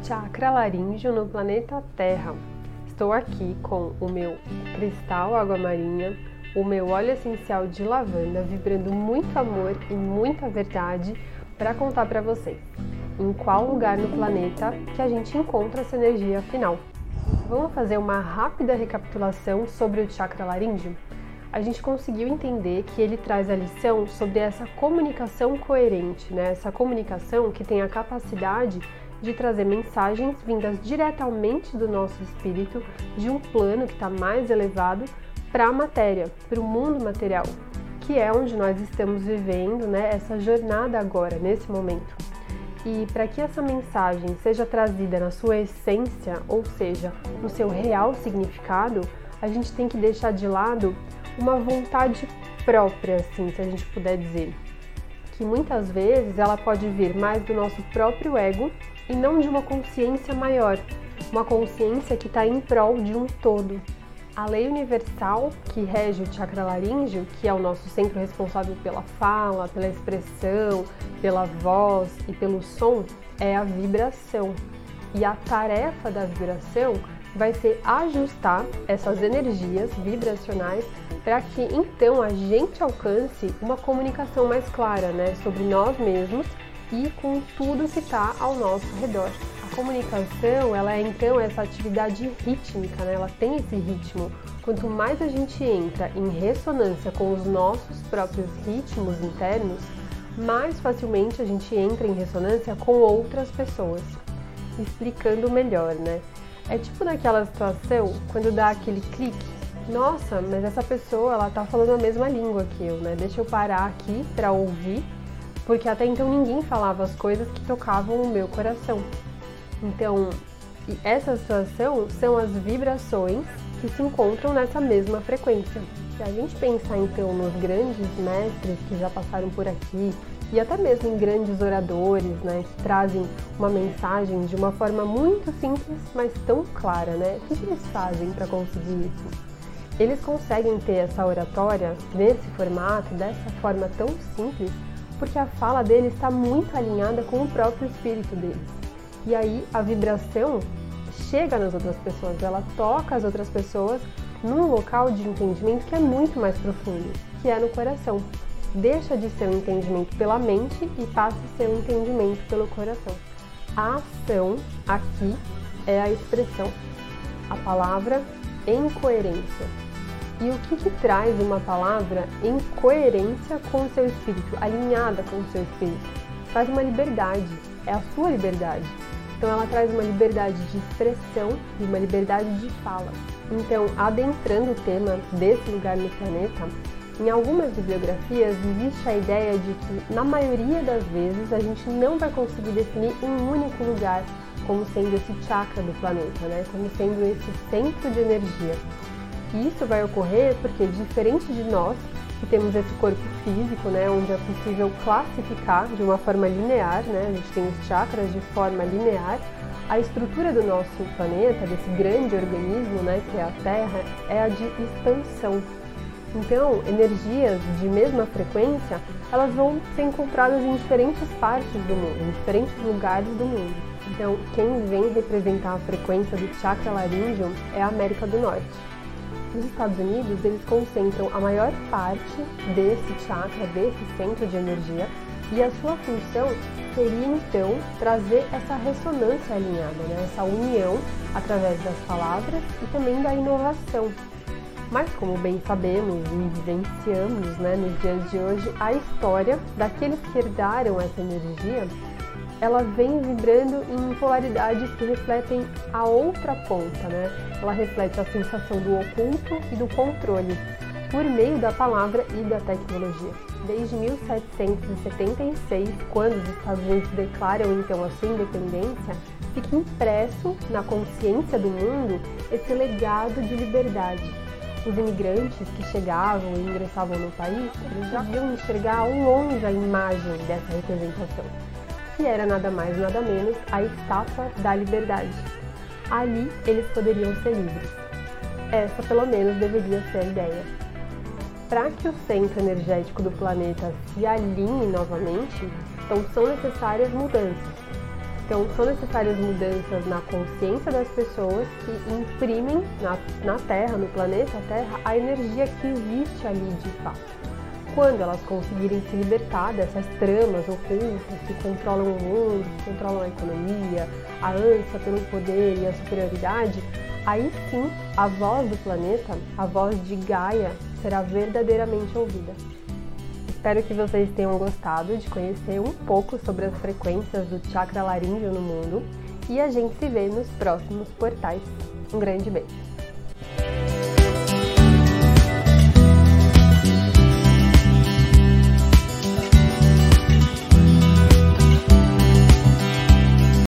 chakra laríngeo no planeta Terra. Estou aqui com o meu cristal água marinha, o meu óleo essencial de lavanda, vibrando muito amor e muita verdade para contar para vocês em qual lugar no planeta que a gente encontra essa energia final. Vamos fazer uma rápida recapitulação sobre o chakra laríngeo? A gente conseguiu entender que ele traz a lição sobre essa comunicação coerente, né? Essa comunicação que tem a capacidade de trazer mensagens vindas diretamente do nosso espírito, de um plano que está mais elevado, para a matéria, para o mundo material, que é onde nós estamos vivendo, né? Essa jornada agora, nesse momento. E para que essa mensagem seja trazida na sua essência, ou seja, no seu real significado, a gente tem que deixar de lado uma vontade própria, assim, se a gente puder dizer, que muitas vezes ela pode vir mais do nosso próprio ego e não de uma consciência maior, uma consciência que está em prol de um todo. A lei universal que rege o chakra laríngeo, que é o nosso centro responsável pela fala, pela expressão, pela voz e pelo som, é a vibração. E a tarefa da vibração vai ser ajustar essas energias vibracionais para que então a gente alcance uma comunicação mais clara, né, sobre nós mesmos e com tudo que está ao nosso redor. A comunicação, ela é então essa atividade rítmica, né? Ela tem esse ritmo. Quanto mais a gente entra em ressonância com os nossos próprios ritmos internos, mais facilmente a gente entra em ressonância com outras pessoas. Explicando melhor, né? É tipo naquela situação, quando dá aquele clique, nossa, mas essa pessoa, ela tá falando a mesma língua que eu, né? Deixa eu parar aqui pra ouvir, porque até então ninguém falava as coisas que tocavam o meu coração. Então, essa situação são as vibrações que se encontram nessa mesma frequência. Se a gente pensar então nos grandes mestres que já passaram por aqui, e até mesmo em grandes oradores, né, que trazem uma mensagem de uma forma muito simples, mas tão clara, né? O que eles fazem para conseguir isso? Eles conseguem ter essa oratória nesse formato, dessa forma tão simples, porque a fala deles está muito alinhada com o próprio espírito deles. E aí a vibração chega nas outras pessoas, ela toca as outras pessoas num local de entendimento que é muito mais profundo, que é no coração. Deixa de ser um entendimento pela mente e passa a ser um entendimento pelo coração. A ação aqui é a expressão, a palavra em coerência. E o que traz uma palavra em coerência com o seu espírito, alinhada com o seu espírito? Traz uma liberdade, é a sua liberdade. Então ela traz uma liberdade de expressão e uma liberdade de fala. Então, adentrando o tema desse lugar no planeta, em algumas bibliografias existe a ideia de que, na maioria das vezes, a gente não vai conseguir definir um único lugar como sendo esse chakra do planeta, né? Como sendo esse centro de energia. E isso vai ocorrer porque, diferente de nós, que temos esse corpo físico, né, onde é possível classificar de uma forma linear, né, a gente tem os chakras de forma linear, a estrutura do nosso planeta, desse grande organismo, né, que é a Terra, é a de expansão. Então, energias de mesma frequência, elas vão ser encontradas em diferentes partes do mundo, em diferentes lugares do mundo. Então, quem vem representar a frequência do chakra laríngeo é a América do Norte. Nos Estados Unidos, eles concentram a maior parte desse chakra, desse centro de energia, e a sua função seria, então, trazer essa ressonância alinhada, né? Essa união através das palavras e também da inovação. Mas, como bem sabemos e vivenciamos, né, nos dias de hoje, a história daqueles que herdaram essa energia, ela vem vibrando em polaridades que refletem a outra ponta, né? Ela reflete a sensação do oculto e do controle, por meio da palavra e da tecnologia. Desde 1776, quando os Estados Unidos declaram então a sua independência, fica impresso na consciência do mundo esse legado de liberdade. Os imigrantes que chegavam e ingressavam no país, eles já podiam enxergar ao longe a imagem dessa representação, que era nada mais nada menos a estátua da liberdade. Ali eles poderiam ser livres. Essa, pelo menos, deveria ser a ideia. Para que o centro energético do planeta se alinhe novamente, então são necessárias mudanças. Então, são necessárias mudanças na consciência das pessoas que imprimem na Terra, no planeta Terra, a energia que existe ali de fato. Quando elas conseguirem se libertar dessas tramas ocultas que controlam o mundo, que controlam a economia, a ânsia pelo poder e a superioridade, aí sim a voz do planeta, a voz de Gaia, será verdadeiramente ouvida. Espero que vocês tenham gostado de conhecer um pouco sobre as frequências do chakra laríngeo no mundo e a gente se vê nos próximos portais. Um grande beijo!